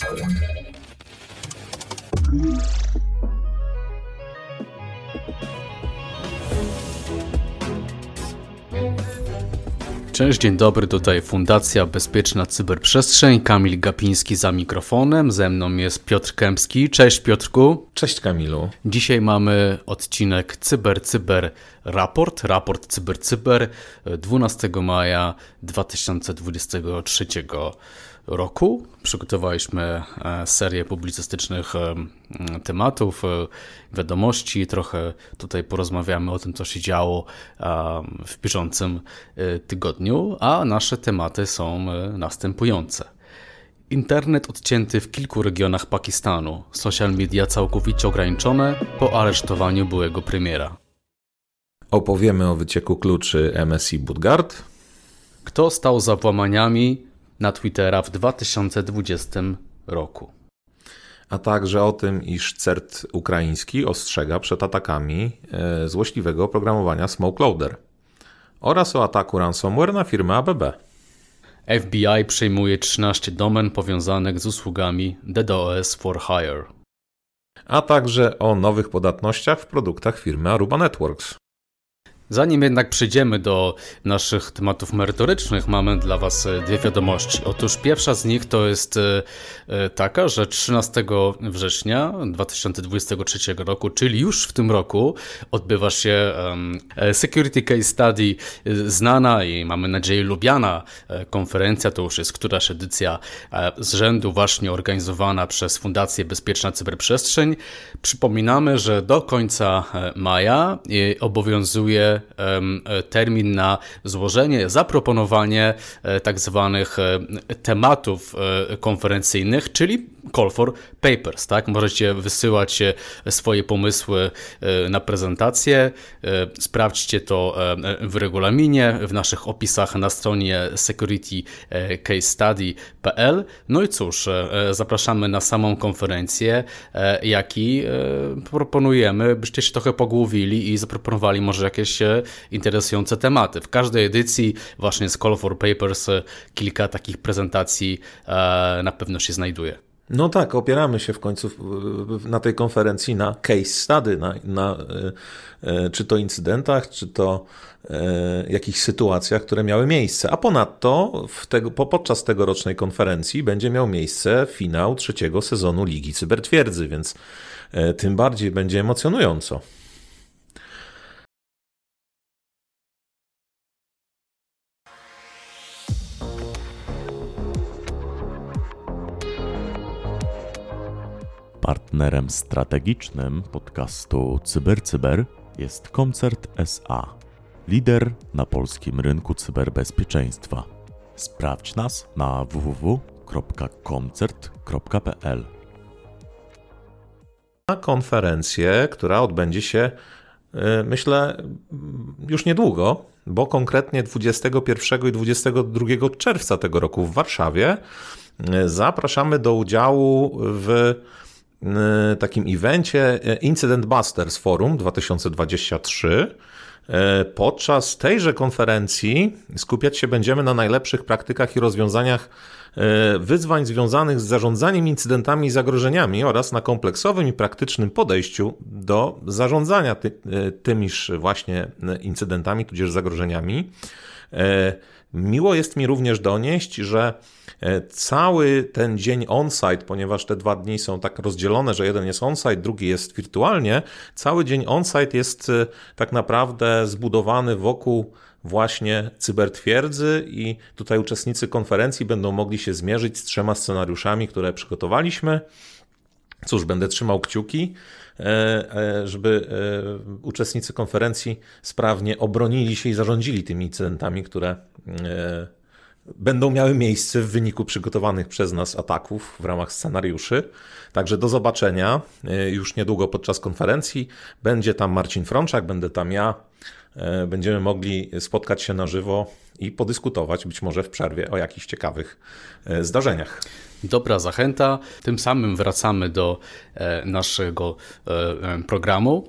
Cześć, dzień dobry, tutaj Fundacja Bezpieczna Cyberprzestrzeń, Kamil Gapiński za mikrofonem, ze mną jest Piotr Kępski. Cześć Piotrku. Cześć Kamilu. Dzisiaj mamy odcinek raport Cyber 12 maja 2023 roku. Przygotowaliśmy serię publicystycznych tematów, wiadomości. Trochę tutaj porozmawiamy o tym, co się działo w bieżącym tygodniu, a nasze tematy są następujące. Internet odcięty w kilku regionach Pakistanu. Social media całkowicie ograniczone po aresztowaniu byłego premiera. Opowiemy o wycieku kluczy MSI Bootguard. Kto stał za włamaniami na Twittera w 2020 roku. A także o tym, iż CERT ukraiński ostrzega przed atakami złośliwego oprogramowania SmokeLoader. Oraz o ataku ransomware na firmę ABB. FBI przejmuje 13 domen powiązanych z usługami DDoS for Hire. A także o nowych podatnościach w produktach firmy Aruba Networks. Zanim jednak przejdziemy do naszych tematów merytorycznych, mamy dla Was dwie wiadomości. Otóż pierwsza z nich to jest taka, że 13 września 2023 roku, czyli już w tym roku, odbywa się Security Case Study, znana i mamy nadzieję lubiana konferencja. To już jest któraś edycja z rzędu właśnie organizowana przez Fundację Bezpieczna Cyberprzestrzeń. Przypominamy, że do końca maja obowiązuje termin na złożenie, zaproponowanie tak zwanych tematów konferencyjnych, czyli call for papers, tak? Możecie wysyłać swoje pomysły na prezentację, sprawdźcie to w regulaminie, w naszych opisach na stronie securitycasestudy.pl. No i cóż, zapraszamy na samą konferencję, jak i proponujemy, byście się trochę pogłowili i zaproponowali może jakieś interesujące tematy. W każdej edycji właśnie z Call for Papers kilka takich prezentacji na pewno się znajduje. No tak, opieramy się w końcu na tej konferencji na case study, czy to incydentach, czy to jakichś sytuacjach, które miały miejsce. A ponadto podczas tegorocznej konferencji będzie miał miejsce finał 3. sezonu Ligi Cybertwierdzy, więc tym bardziej będzie emocjonująco. Partnerem strategicznym podcastu CyberCyber jest Comcert SA, lider na polskim rynku cyberbezpieczeństwa. Sprawdź nas na www.comcert.pl. Na konferencję, która odbędzie się, myślę, już niedługo, bo konkretnie 21 i 22 czerwca tego roku w Warszawie zapraszamy do udziału w takim evencie Incident Busters Forum 2023. Podczas tejże konferencji skupiać się będziemy na najlepszych praktykach i rozwiązaniach wyzwań związanych z zarządzaniem incydentami i zagrożeniami oraz na kompleksowym i praktycznym podejściu do zarządzania tymiż właśnie incydentami tudzież zagrożeniami. Miło jest mi również donieść, że cały ten dzień on-site, ponieważ te 2 dni są tak rozdzielone, że jeden jest on-site, drugi jest wirtualnie, cały dzień on-site jest tak naprawdę zbudowany wokół właśnie cybertwierdzy i tutaj uczestnicy konferencji będą mogli się zmierzyć z 3 scenariuszami, które przygotowaliśmy. Cóż, będę trzymał kciuki, żeby uczestnicy konferencji sprawnie obronili się i zarządzili tymi incydentami, które będą miały miejsce w wyniku przygotowanych przez nas ataków w ramach scenariuszy. Także do zobaczenia już niedługo podczas konferencji. Będzie tam Marcin Frączak, będę tam ja. Będziemy mogli spotkać się na żywo i podyskutować, być może w przerwie, o jakichś ciekawych zdarzeniach. Dobra zachęta. Tym samym wracamy do naszego programu.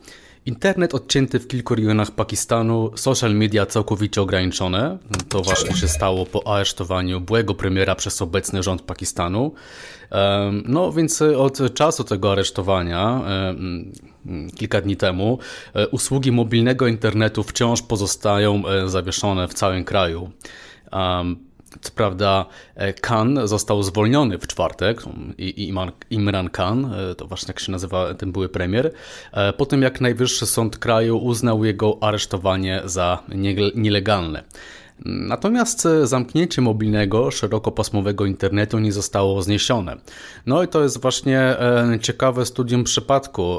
Internet odcięty w kilku rejonach Pakistanu, social media całkowicie ograniczone. To właśnie się stało po aresztowaniu byłego premiera przez obecny rząd Pakistanu. No więc od czasu tego aresztowania, kilka dni temu, usługi mobilnego internetu wciąż pozostają zawieszone w całym kraju. Co prawda Khan został zwolniony w czwartek, Imran Khan, to właśnie jak się nazywa ten były premier, po tym jak Najwyższy Sąd kraju uznał jego aresztowanie za nielegalne. Natomiast zamknięcie mobilnego, szerokopasmowego internetu nie zostało zniesione. No i to jest właśnie ciekawe studium przypadku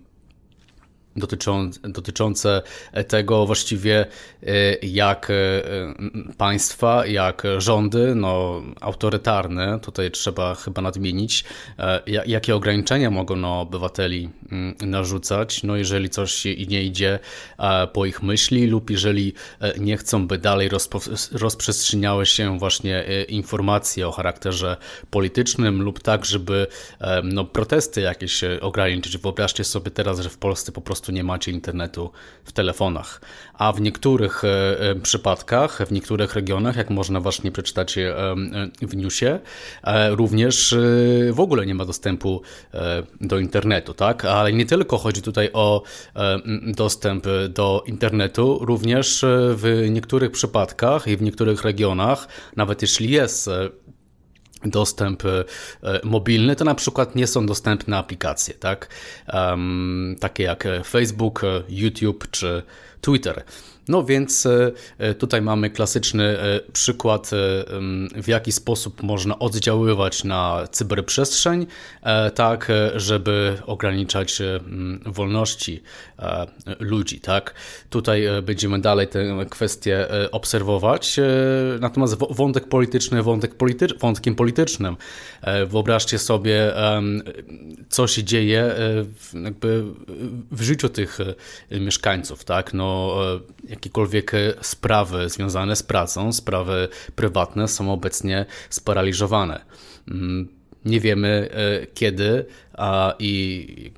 dotyczące tego właściwie jak państwa, jak rządy, autorytarne, tutaj trzeba chyba nadmienić, jakie ograniczenia mogą na obywateli narzucać, jeżeli coś nie idzie po ich myśli lub jeżeli nie chcą, by dalej rozprzestrzeniały się właśnie informacje o charakterze politycznym lub tak, żeby protesty jakieś ograniczyć. Wyobraźcie sobie teraz, że w Polsce po prostu nie macie internetu w telefonach, a w niektórych przypadkach, w niektórych regionach, jak można właśnie przeczytać w newsie, również w ogóle nie ma dostępu do internetu, tak? Ale nie tylko chodzi tutaj o dostęp do internetu, również w niektórych przypadkach i w niektórych regionach, nawet jeśli jest dostęp mobilny, to na przykład nie są dostępne aplikacje, tak? Takie jak Facebook, YouTube czy Twitter. No więc tutaj mamy klasyczny przykład, w jaki sposób można oddziaływać na cyberprzestrzeń, tak żeby ograniczać wolności ludzi, tak? Tutaj będziemy dalej tę kwestię obserwować, natomiast wątkiem politycznym. Wyobraźcie sobie, co się dzieje w życiu tych mieszkańców, tak? Jakiekolwiek sprawy związane z pracą, sprawy prywatne są obecnie sparaliżowane. Nie wiemy kiedy i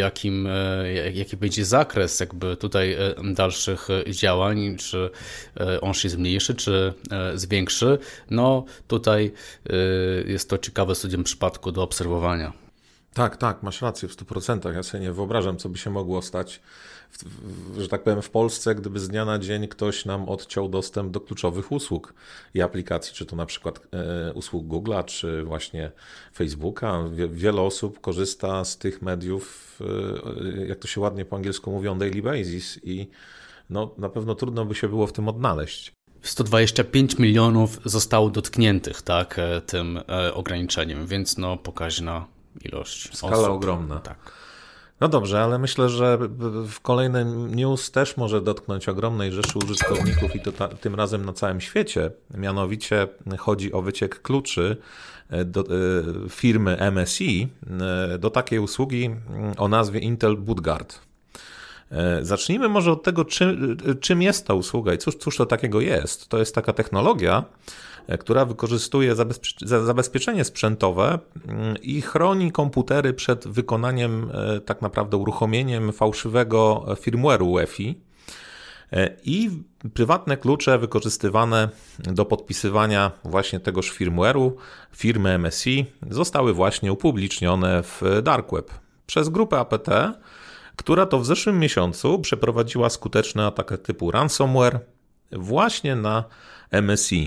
jaki będzie zakres tutaj dalszych działań, czy on się zmniejszy, czy zwiększy. Tutaj jest to ciekawe studium przypadku do obserwowania. Tak, masz rację w 100%. Ja sobie nie wyobrażam, co by się mogło stać, że tak powiem, w Polsce, gdyby z dnia na dzień ktoś nam odciął dostęp do kluczowych usług i aplikacji, czy to na przykład usług Google'a, czy właśnie Facebooka. Wiele osób korzysta z tych mediów, jak to się ładnie po angielsku mówi, on daily basis i na pewno trudno by się było w tym odnaleźć. 125 milionów zostało dotkniętych, tak, tym ograniczeniem, więc pokaźna ilość Skala osób. ogromna. Tak. No dobrze, ale myślę, że w kolejnym news też może dotknąć ogromnej rzeszy użytkowników i to tym razem na całym świecie. Mianowicie chodzi o wyciek kluczy do firmy MSI do takiej usługi o nazwie Intel Bootguard. Zacznijmy może od tego, czym jest ta usługa i cóż to takiego jest. To jest taka technologia, która wykorzystuje zabezpieczenie sprzętowe i chroni komputery przed wykonaniem, tak naprawdę uruchomieniem fałszywego firmware'u UEFI i prywatne klucze wykorzystywane do podpisywania właśnie tegoż firmware'u firmy MSI zostały właśnie upublicznione w Dark Web przez grupę APT, która to w zeszłym miesiącu przeprowadziła skuteczny atak typu ransomware właśnie na MSI.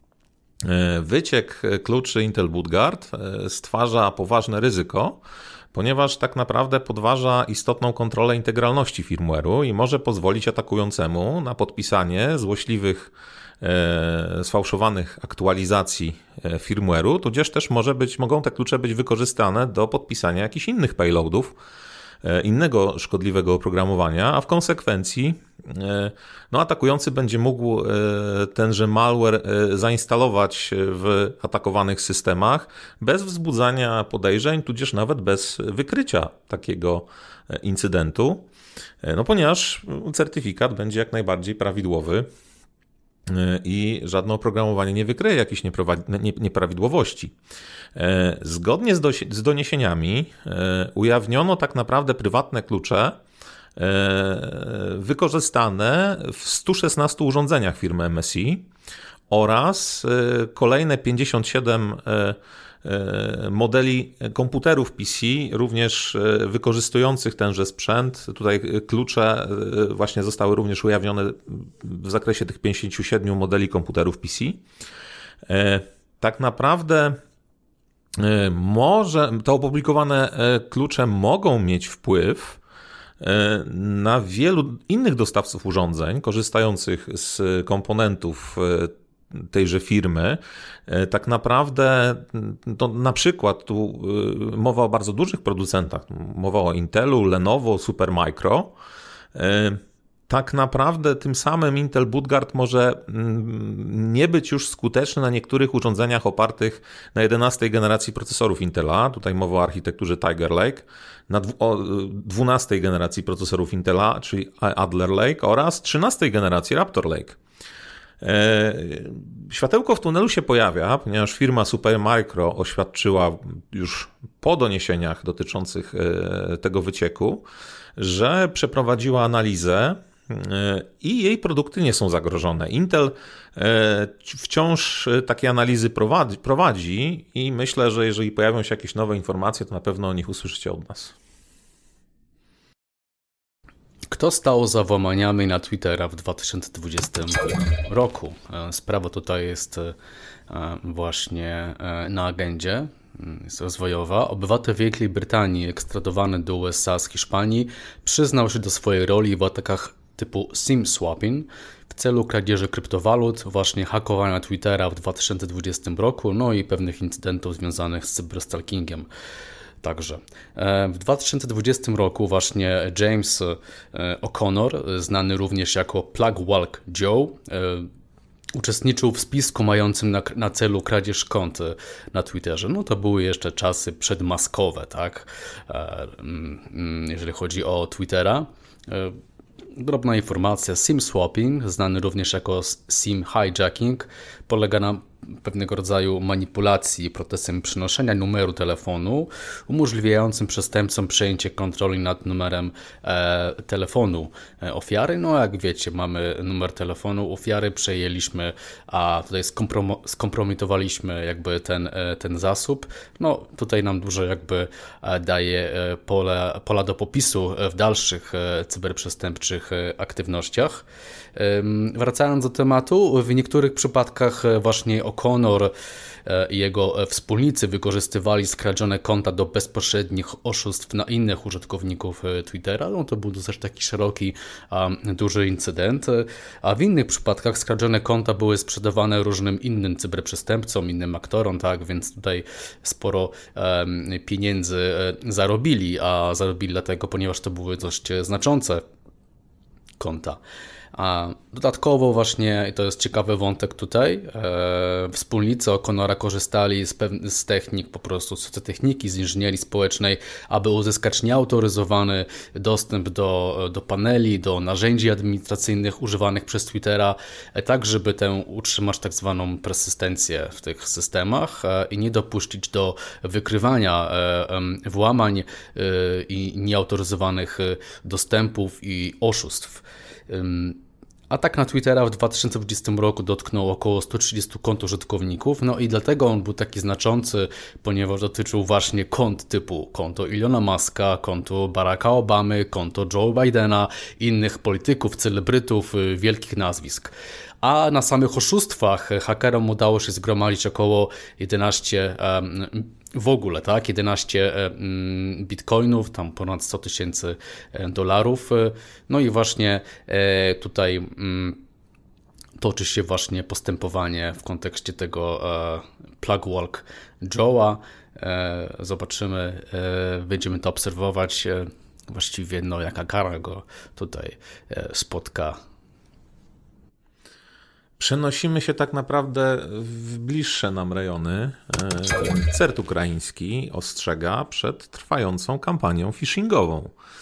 Wyciek kluczy Intel Bootguard stwarza poważne ryzyko, ponieważ tak naprawdę podważa istotną kontrolę integralności firmware'u i może pozwolić atakującemu na podpisanie złośliwych, sfałszowanych aktualizacji firmware'u, tudzież też mogą te klucze być wykorzystane do podpisania jakichś innych payloadów, innego szkodliwego oprogramowania, a w konsekwencji atakujący będzie mógł tenże malware zainstalować w atakowanych systemach bez wzbudzania podejrzeń, tudzież nawet bez wykrycia takiego incydentu, ponieważ certyfikat będzie jak najbardziej prawidłowy i żadne oprogramowanie nie wykryje jakichś nieprawidłowości. Zgodnie z doniesieniami ujawniono tak naprawdę prywatne klucze wykorzystane w 116 urządzeniach firmy MSI oraz kolejne 57 modeli komputerów PC, również wykorzystujących tenże sprzęt. Tutaj klucze właśnie zostały również ujawnione w zakresie tych 57 modeli komputerów PC. Tak naprawdę te opublikowane klucze mogą mieć wpływ na wielu innych dostawców urządzeń korzystających z komponentów tejże firmy. Tak naprawdę to na przykład tu mowa o bardzo dużych producentach, mowa o Intelu, Lenovo, Supermicro. Tak naprawdę tym samym Intel Bootguard może nie być już skuteczny na niektórych urządzeniach opartych na 11 generacji procesorów Intela. Tutaj mowa o architekturze Tiger Lake, na 12 generacji procesorów Intela, czyli Adler Lake oraz 13 generacji Raptor Lake. Światełko w tunelu się pojawia, ponieważ firma Supermicro oświadczyła już po doniesieniach dotyczących tego wycieku, że przeprowadziła analizę i jej produkty nie są zagrożone. Intel wciąż takie analizy prowadzi i myślę, że jeżeli pojawią się jakieś nowe informacje, to na pewno o nich usłyszycie od nas. Kto stał za włamaniami na Twittera w 2020 roku? Sprawa tutaj jest właśnie na agendzie. Jest rozwojowa. Obywatel Wielkiej Brytanii ekstradowany do USA z Hiszpanii przyznał się do swojej roli w atakach typu SIM swapping w celu kradzieży kryptowalut, właśnie hakowania Twittera w 2020 roku, no i pewnych incydentów związanych z cyberstalkingiem. Także w 2020 roku właśnie James O'Connor, znany również jako Plugwalk Joe, uczestniczył w spisku mającym na celu kradzież kont na Twitterze. No to były jeszcze czasy przedmaskowe, tak? Jeżeli chodzi o Twittera. Drobna informacja, SIM swapping, znany również jako SIM hijacking, polega na pewnego rodzaju manipulacji procesem przenoszenia numeru telefonu, umożliwiającym przestępcom przejęcie kontroli nad numerem telefonu ofiary. No jak wiecie, mamy numer telefonu ofiary, przejęliśmy, a tutaj skompromitowaliśmy jakby ten zasób. No tutaj nam dużo jakby daje pola do popisu w dalszych cyberprzestępczych aktywnościach. Wracając do tematu, w niektórych przypadkach właśnie O'Connor i jego wspólnicy wykorzystywali skradzione konta do bezpośrednich oszustw na innych użytkowników Twittera. No to był dosyć taki szeroki, duży incydent, a w innych przypadkach skradzione konta były sprzedawane różnym innym cyberprzestępcom, innym aktorom, tak, więc tutaj sporo pieniędzy zarobili, a zarobili dlatego, ponieważ to były dość znaczące konta. A dodatkowo właśnie, to jest ciekawy wątek tutaj, wspólnicy O'Connora korzystali z technik, po prostu z techniki, z inżynierii społecznej, aby uzyskać nieautoryzowany dostęp do paneli, do narzędzi administracyjnych używanych przez Twittera, tak żeby utrzymać tak zwaną persystencję w tych systemach i nie dopuścić do wykrywania włamań i nieautoryzowanych dostępów i oszustw. Atak na Twittera w 2020 roku dotknął około 130 kont użytkowników, no i dlatego on był taki znaczący, ponieważ dotyczył właśnie kont typu konto Ilona Muska, konto Baracka Obamy, konto Joe Bidena, innych polityków, celebrytów, wielkich nazwisk. A na samych oszustwach hakerom udało się zgromadzić około 11 w ogóle, tak, 11 bitcoinów, tam ponad $100,000. No i właśnie tutaj toczy się właśnie postępowanie w kontekście tego Plugwalk Joe'a. Zobaczymy, będziemy to obserwować. Właściwie no jaka kara go tutaj spotka. Przenosimy się tak naprawdę w bliższe nam rejony. CERT ukraiński ostrzega przed trwającą kampanią phishingową.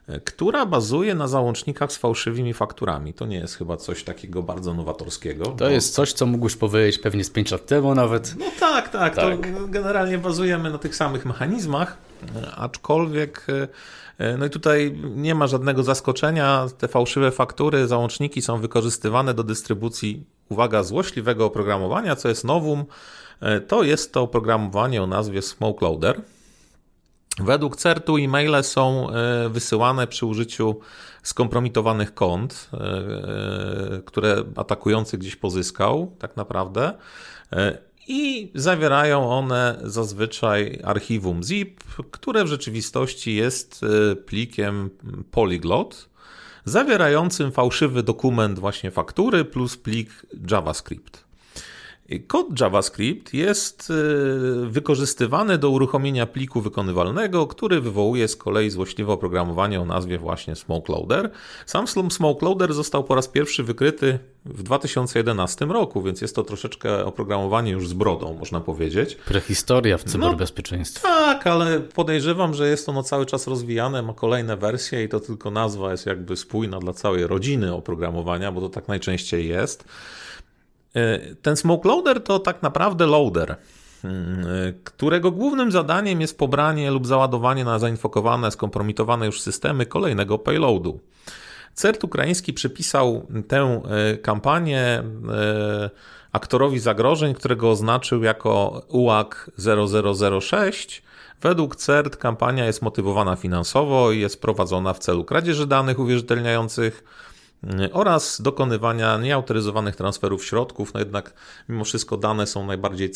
która bazuje na załącznikach z fałszywymi fakturami. To nie jest chyba coś takiego bardzo nowatorskiego. To jest coś, co mógłbyś powiedzieć pewnie z 5 lat temu nawet. No tak. To generalnie bazujemy na tych samych mechanizmach, aczkolwiek no i tutaj nie ma żadnego zaskoczenia. Te fałszywe faktury, załączniki są wykorzystywane do dystrybucji, uwaga, złośliwego oprogramowania, co jest novum. To jest to oprogramowanie o nazwie SmokeLoader. Według CERT-u e-maile są wysyłane przy użyciu skompromitowanych kont, które atakujący gdzieś pozyskał tak naprawdę, i zawierają one zazwyczaj archiwum zip, które w rzeczywistości jest plikiem polyglot, zawierającym fałszywy dokument właśnie faktury plus plik JavaScript. Kod JavaScript jest wykorzystywany do uruchomienia pliku wykonywalnego, który wywołuje z kolei złośliwe oprogramowanie o nazwie właśnie SmokeLoader. Sam SmokeLoader został po raz pierwszy wykryty w 2011 roku, więc jest to troszeczkę oprogramowanie już z brodą, można powiedzieć. Prehistoria w cyberbezpieczeństwie. No, tak, ale podejrzewam, że jest ono cały czas rozwijane, ma kolejne wersje i to tylko nazwa jest jakby spójna dla całej rodziny oprogramowania, bo to tak najczęściej jest. Ten SmokeLoader to tak naprawdę loader, którego głównym zadaniem jest pobranie lub załadowanie na zainfokowane, skompromitowane już systemy kolejnego payloadu. CERT ukraiński przypisał tę kampanię aktorowi zagrożeń, którego oznaczył jako UAK 0006. Według CERT kampania jest motywowana finansowo i jest prowadzona w celu kradzieży danych uwierzytelniających oraz dokonywania nieautoryzowanych transferów środków. No jednak mimo wszystko dane są najbardziej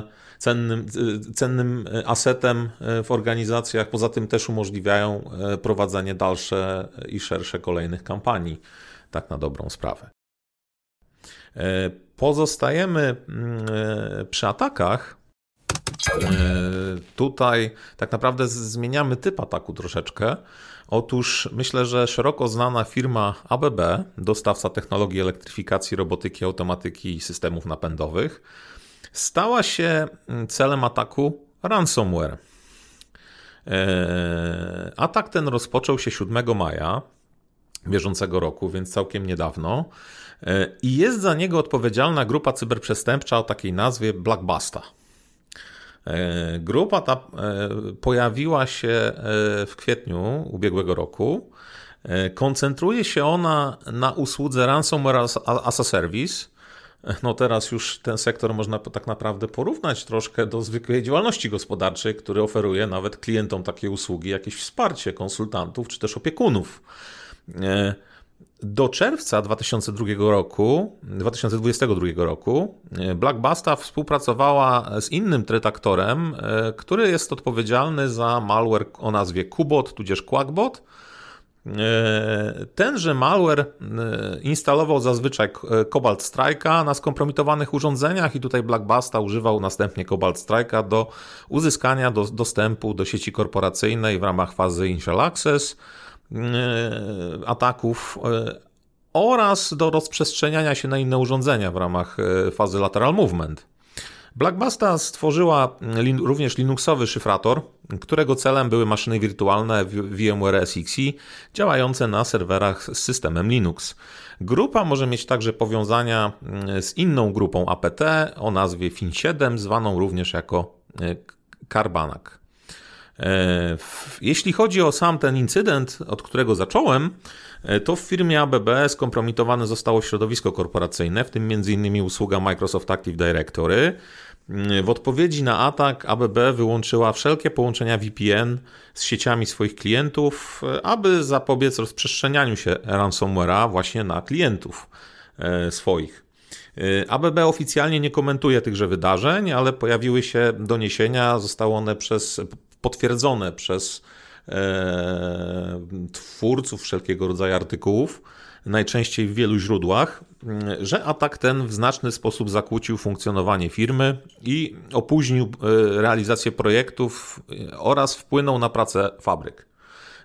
cennym asetem w organizacjach. Poza tym też umożliwiają prowadzenie dalsze i szersze kolejnych kampanii, tak na dobrą sprawę. Pozostajemy przy atakach. Tutaj tak naprawdę zmieniamy typ ataku troszeczkę. Otóż myślę, że szeroko znana firma ABB, dostawca technologii elektryfikacji, robotyki, automatyki i systemów napędowych, stała się celem ataku ransomware. Atak ten rozpoczął się 7 maja bieżącego roku, więc całkiem niedawno, i jest za niego odpowiedzialna grupa cyberprzestępcza o takiej nazwie Black Basta. Grupa ta pojawiła się w kwietniu ubiegłego roku. Koncentruje się ona na usłudze Ransomware as a Service. No teraz już ten sektor można tak naprawdę porównać troszkę do zwykłej działalności gospodarczej, który oferuje nawet klientom takie usługi, jakieś wsparcie konsultantów czy też opiekunów. Do czerwca 2022 roku Black Basta współpracowała z innym tretaktorem, który jest odpowiedzialny za malware o nazwie Qbot tudzież Quackbot. Tenże malware instalował zazwyczaj Cobalt Strike'a na skompromitowanych urządzeniach i tutaj Black Basta używał następnie Cobalt Strike'a do uzyskania dostępu do sieci korporacyjnej w ramach fazy Initial Access ataków oraz do rozprzestrzeniania się na inne urządzenia w ramach fazy Lateral Movement. Black Basta stworzyła również linuxowy szyfrator, którego celem były maszyny wirtualne VMware SXE działające na serwerach z systemem Linux. Grupa może mieć także powiązania z inną grupą APT o nazwie FIN7, zwaną również jako Karbanak. Jeśli chodzi o sam ten incydent, od którego zacząłem, to w firmie ABB skompromitowane zostało środowisko korporacyjne, w tym m.in. usługa Microsoft Active Directory. W odpowiedzi na atak ABB wyłączyła wszelkie połączenia VPN z sieciami swoich klientów, aby zapobiec rozprzestrzenianiu się ransomware'a właśnie na klientów swoich. ABB oficjalnie nie komentuje tychże wydarzeń, ale pojawiły się doniesienia, zostały one potwierdzone przez twórców wszelkiego rodzaju artykułów, najczęściej w wielu źródłach, że atak ten w znaczny sposób zakłócił funkcjonowanie firmy i opóźnił realizację projektów oraz wpłynął na pracę fabryk.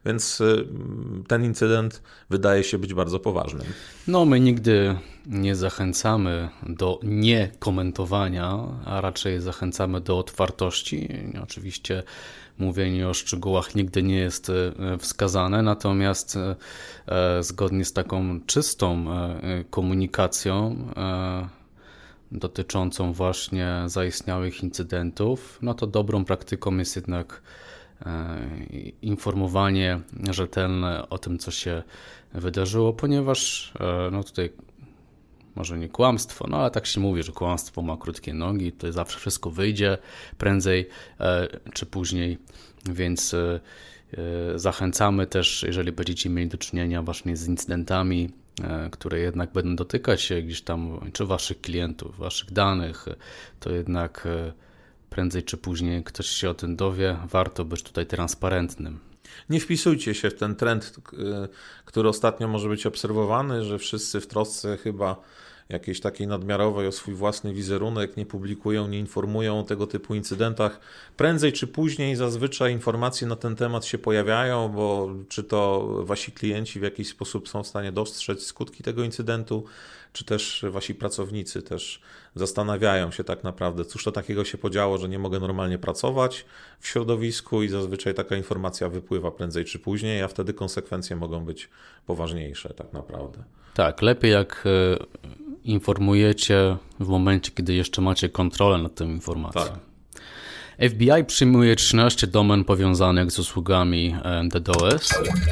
więc ten incydent wydaje się być bardzo poważnym. No, my nigdy nie zachęcamy do niekomentowania, a raczej zachęcamy do otwartości. Oczywiście mówienie o szczegółach nigdy nie jest wskazane, natomiast zgodnie z taką czystą komunikacją dotyczącą właśnie zaistniałych incydentów, no to dobrą praktyką jest jednak informowanie rzetelne o tym, co się wydarzyło, ponieważ no tutaj może nie kłamstwo, no ale tak się mówi, że kłamstwo ma krótkie nogi, to zawsze wszystko wyjdzie prędzej czy później, więc zachęcamy też, jeżeli będziecie mieli do czynienia właśnie z incydentami, które jednak będą dotykać gdzieś tam czy waszych klientów, waszych danych, to jednak prędzej czy później ktoś się o tym dowie, warto być tutaj transparentnym. Nie wpisujcie się w ten trend, który ostatnio może być obserwowany, że wszyscy w trosce chyba jakiejś takiej nadmiarowej o swój własny wizerunek nie publikują, nie informują o tego typu incydentach. Prędzej czy później zazwyczaj informacje na ten temat się pojawiają, bo czy to wasi klienci w jakiś sposób są w stanie dostrzec skutki tego incydentu, czy też wasi pracownicy też zastanawiają się tak naprawdę, cóż to takiego się podziało, że nie mogę normalnie pracować w środowisku i zazwyczaj taka informacja wypływa prędzej czy później, a wtedy konsekwencje mogą być poważniejsze tak naprawdę. Tak, lepiej jak informujecie w momencie, kiedy jeszcze macie kontrolę nad tą informacją. Tak. FBI przyjmuje 13 domen powiązanych z usługami DDoS.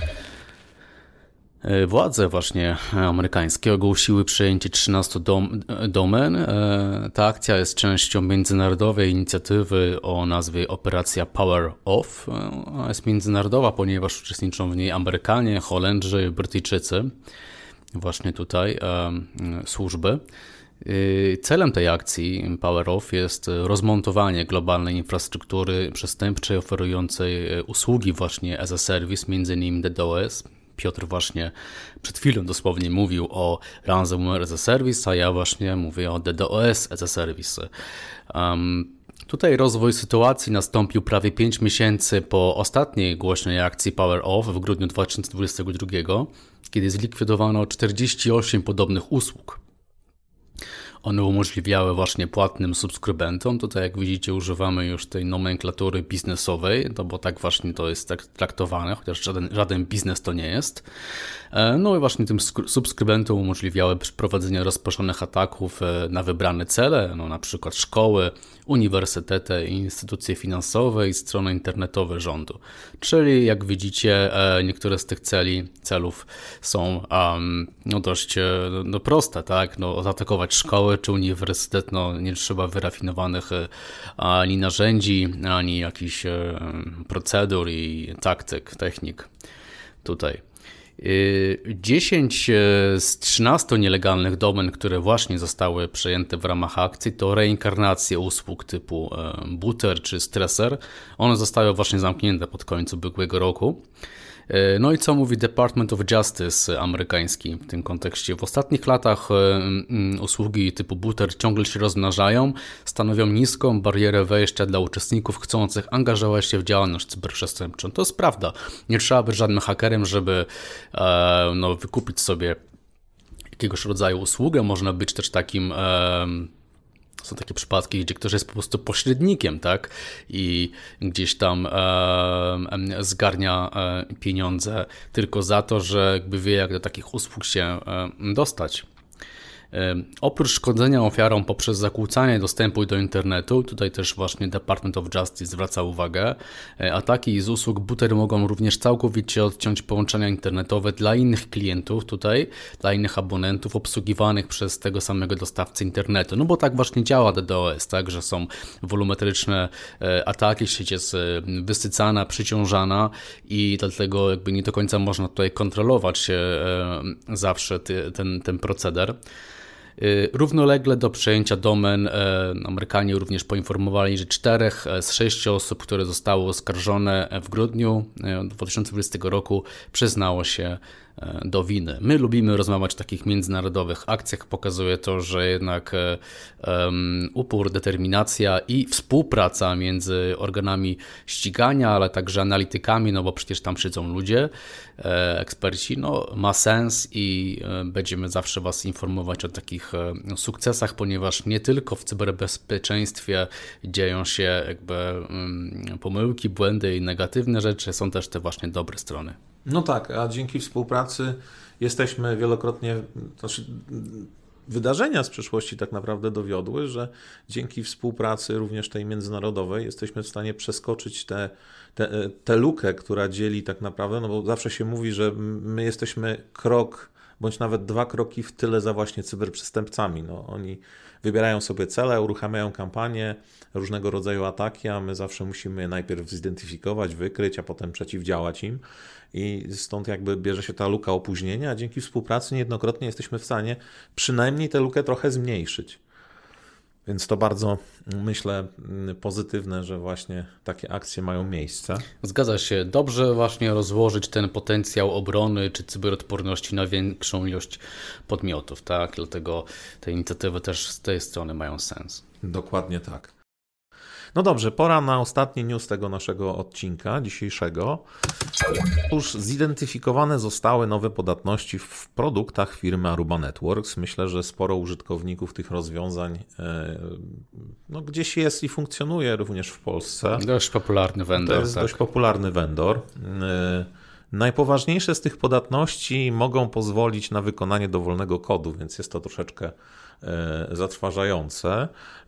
Władze właśnie amerykańskie ogłosiły przejęcie 13 domen. Ta akcja jest częścią międzynarodowej inicjatywy o nazwie Operacja Power Off. Ona jest międzynarodowa, ponieważ uczestniczą w niej Amerykanie, Holendrzy, Brytyjczycy. Właśnie tutaj służby. Celem tej akcji Power Off jest rozmontowanie globalnej infrastruktury przestępczej oferującej usługi właśnie as a service, między innymi DDoS. Piotr właśnie przed chwilą dosłownie mówił o ransomware as a service, a ja właśnie mówię o DDoS as a service. Tutaj rozwój sytuacji nastąpił prawie 5 miesięcy po ostatniej głośnej akcji Power Off w grudniu 2022, kiedy zlikwidowano 48 podobnych usług. One umożliwiały właśnie płatnym subskrybentom. Tutaj jak widzicie używamy już tej nomenklatury biznesowej, no bo tak właśnie to jest tak traktowane, chociaż żaden biznes to nie jest. No i właśnie tym subskrybentom umożliwiały przeprowadzenie rozproszonych ataków na wybrane cele, no na przykład szkoły, uniwersytety, instytucje finansowe i strony internetowe rządu. Czyli jak widzicie niektóre z tych celów są no dość proste, tak? No, zaatakować szkoły czy uniwersytet, no nie trzeba wyrafinowanych ani narzędzi, ani jakichś procedur i technik tutaj. 10 z 13 nielegalnych domen, które właśnie zostały przejęte w ramach akcji, to reinkarnacje usług typu Buter czy Stresser. One zostały właśnie zamknięte pod końcem ubiegłego roku. No i co mówi Department of Justice amerykański w tym kontekście? W ostatnich latach usługi typu Buter ciągle się rozmnażają, stanowią niską barierę wejścia dla uczestników chcących angażować się w działalność cyberprzestępczą. To jest prawda. Nie trzeba być żadnym hakerem, żeby wykupić sobie jakiegoś rodzaju usługę. Można być też takim... Są takie przypadki, gdzie ktoś jest po prostu pośrednikiem, tak? I gdzieś tam zgarnia pieniądze tylko za to, że jakby wie, jak do takich usług się dostać. Oprócz szkodzenia ofiarom poprzez zakłócanie dostępu do internetu, tutaj też właśnie Department of Justice zwraca uwagę, ataki z usług Buter mogą również całkowicie odciąć połączenia internetowe dla innych klientów tutaj, dla innych abonentów obsługiwanych przez tego samego dostawcę internetu. No bo tak właśnie działa DDoS, tak, że są wolumetryczne ataki, sieć jest wysycana, przyciążana i dlatego jakby nie do końca można tutaj kontrolować zawsze ten proceder. Równolegle do przejęcia domen Amerykanie również poinformowali, że 4 z 6 osób, które zostały oskarżone w grudniu 2020 roku, przyznało się do winy. My lubimy rozmawiać o takich międzynarodowych akcjach. Pokazuje to, że jednak upór, determinacja i współpraca między organami ścigania, ale także analitykami, no bo przecież tam siedzą ludzie, eksperci, no ma sens i będziemy zawsze Was informować o takich sukcesach, ponieważ nie tylko w cyberbezpieczeństwie dzieją się jakby pomyłki, błędy i negatywne rzeczy, są też te właśnie dobre strony. No tak, a dzięki współpracy jesteśmy wielokrotnie, znaczy wydarzenia z przeszłości tak naprawdę dowiodły, że dzięki współpracy również tej międzynarodowej jesteśmy w stanie przeskoczyć tę lukę, która dzieli tak naprawdę, no bo zawsze się mówi, że my jesteśmy krok bądź nawet 2 kroki w tyle za właśnie cyberprzestępcami. No, oni wybierają sobie cele, uruchamiają kampanie, różnego rodzaju ataki, a my zawsze musimy je najpierw zidentyfikować, wykryć, a potem przeciwdziałać im. I stąd jakby bierze się ta luka opóźnienia, a dzięki współpracy niejednokrotnie jesteśmy w stanie przynajmniej tę lukę trochę zmniejszyć. Więc to bardzo, myślę, pozytywne, że właśnie takie akcje mają miejsce. Zgadza się. Dobrze właśnie rozłożyć ten potencjał obrony czy cyberodporności na większą ilość podmiotów, tak? Dlatego te inicjatywy też z tej strony mają sens. Dokładnie tak. No dobrze, pora na ostatni news tego naszego odcinka dzisiejszego. Już zidentyfikowane zostały nowe podatności w produktach firmy Aruba Networks. Myślę, że sporo użytkowników tych rozwiązań gdzieś jest i funkcjonuje również w Polsce. Dość popularny vendor. To jest dość popularny vendor. Najpoważniejsze z tych podatności mogą pozwolić na wykonanie dowolnego kodu, więc jest to troszeczkę zatrważające.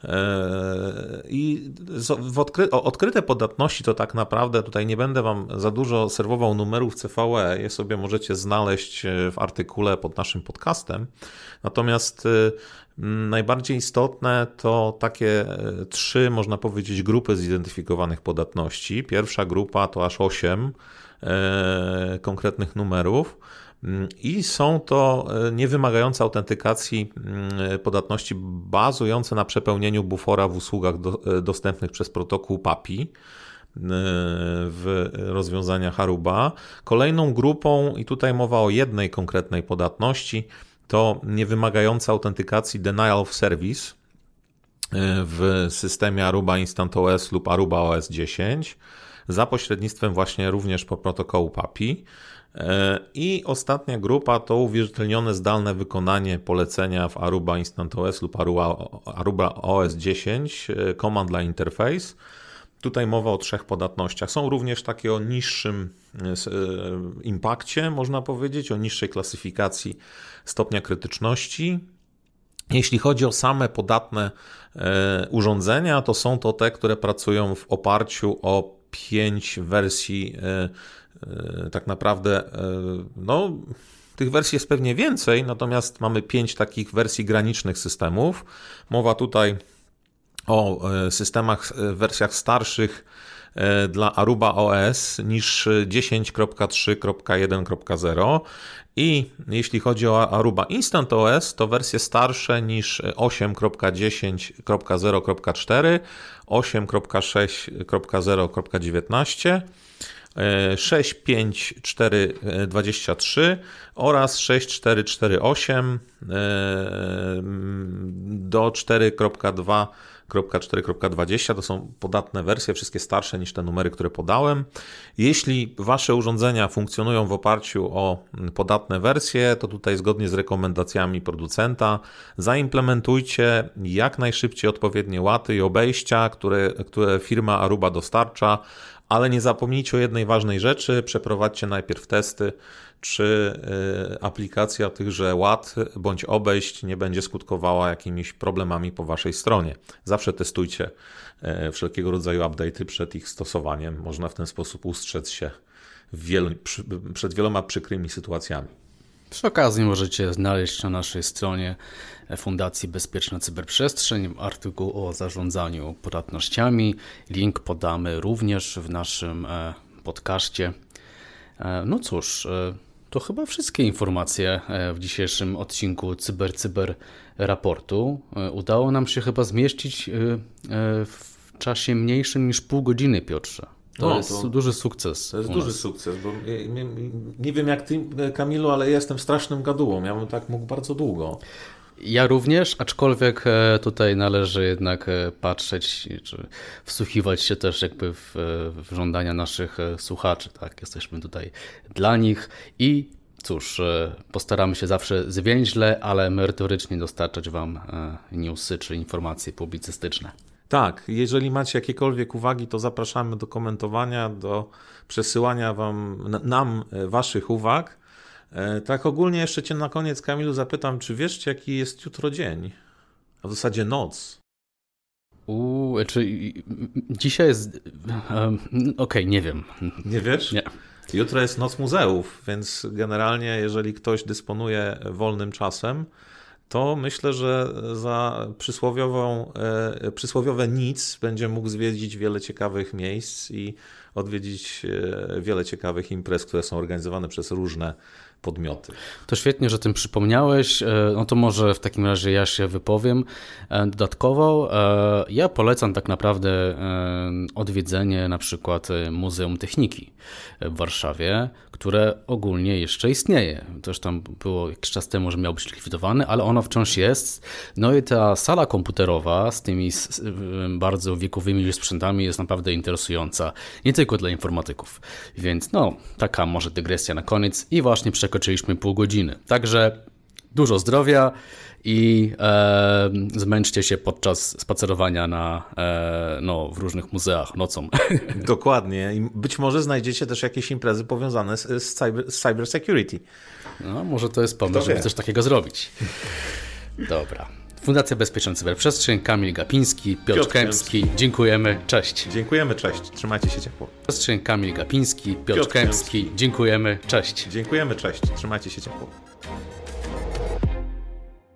I odkryte podatności to tak naprawdę, tutaj nie będę Wam za dużo serwował numerów CVE, je sobie możecie znaleźć w artykule pod naszym podcastem. Natomiast najbardziej istotne to takie 3, można powiedzieć, grupy zidentyfikowanych podatności. Pierwsza grupa to aż 8 konkretnych numerów. I są to niewymagające autentykacji podatności bazujące na przepełnieniu bufora w usługach dostępnych przez protokół PAPI w rozwiązaniach Aruba. Kolejną grupą, i tutaj mowa o jednej konkretnej podatności, to niewymagająca autentykacji Denial of Service w systemie Aruba Instant OS lub Aruba OS 10 za pośrednictwem właśnie również po protokołu PAPI. I ostatnia grupa to uwierzytelnione zdalne wykonanie polecenia w Aruba Instant OS lub Aruba OS 10 Command Line Interface. Tutaj mowa o 3 podatnościach. Są również takie o niższym impakcie, można powiedzieć, o niższej klasyfikacji stopnia krytyczności. Jeśli chodzi o same podatne urządzenia, to są to te, które pracują w oparciu o 5 wersji. Tak naprawdę, tych wersji jest pewnie więcej, natomiast mamy 5 takich wersji granicznych systemów. Mowa tutaj o systemach, wersjach starszych dla Aruba OS niż 10.3.1.0 i jeśli chodzi o Aruba Instant OS, to wersje starsze niż 8.10.0.4, 8.6.0.19, 6.5.4.23 oraz 6.4.4.8 do 4.2.4.20. To są podatne wersje, wszystkie starsze niż te numery, które podałem. Jeśli Wasze urządzenia funkcjonują w oparciu o podatne wersje, to tutaj zgodnie z rekomendacjami producenta zaimplementujcie jak najszybciej odpowiednie łaty i obejścia, które firma Aruba dostarcza, ale nie zapomnijcie o jednej ważnej rzeczy, przeprowadźcie najpierw testy, czy aplikacja tychże łat bądź obejść nie będzie skutkowała jakimiś problemami po Waszej stronie. Zawsze testujcie wszelkiego rodzaju update'y przed ich stosowaniem. Można w ten sposób ustrzec się przed wieloma przykrymi sytuacjami. Przy okazji możecie znaleźć na naszej stronie Fundacji Bezpieczna Cyberprzestrzeń artykuł o zarządzaniu podatnościami. Link podamy również w naszym podcaście. No cóż, to chyba wszystkie informacje w dzisiejszym odcinku Cyber raportu. Udało nam się chyba zmieścić w czasie mniejszym niż pół godziny, Piotrze. To jest duży sukces. To jest duży sukces, bo nie wiem jak ty, Kamilu, ale jestem strasznym gadułą. Ja bym tak mógł bardzo długo. Ja również, aczkolwiek tutaj należy jednak patrzeć, czy wsłuchiwać się też jakby w żądania naszych słuchaczy. Tak? Jesteśmy tutaj dla nich i cóż, postaramy się zawsze zwięźle, ale merytorycznie dostarczać Wam newsy czy informacje publicystyczne. Tak, jeżeli macie jakiekolwiek uwagi, to zapraszamy do komentowania, do przesyłania nam waszych uwag. Tak ogólnie jeszcze cię na koniec, Kamilu, zapytam, czy wiesz, jaki jest jutro dzień? A w zasadzie noc. Dzisiaj jest... Okej, nie wiem. Nie wiesz? Nie. Jutro jest Noc Muzeów, więc generalnie jeżeli ktoś dysponuje wolnym czasem, to myślę, że za przysłowiowe nic będzie mógł zwiedzić wiele ciekawych miejsc i odwiedzić wiele ciekawych imprez, które są organizowane przez różne podmioty. To świetnie, że o tym przypomniałeś. No to może w takim razie ja się wypowiem dodatkowo. Ja polecam tak naprawdę odwiedzenie na przykład Muzeum Techniki w Warszawie, które ogólnie jeszcze istnieje. Też tam było jakiś czas temu, że miało być likwidowane, ale ono wciąż jest. No i ta sala komputerowa z tymi bardzo wiekowymi sprzętami jest naprawdę interesująca. Nie tylko dla informatyków. Więc taka może dygresja na koniec i właśnie przekroczyliśmy pół godziny. Także dużo zdrowia i zmęczcie się podczas spacerowania w różnych muzeach nocą. Dokładnie. I być może znajdziecie też jakieś imprezy powiązane z cyber security. No, może to jest pomysł, żeby coś takiego zrobić. Dobra. Fundacja Bezpieczna Cyberprzestrzeń, Kamil Gapiński, Piotr Kępski. Dziękujemy, cześć. Dziękujemy, cześć. Trzymajcie się ciepło. Przestrzeń, Kamil Gapiński, Piotr Kępski. Dziękujemy, cześć. Dziękujemy, cześć. Trzymajcie się ciepło.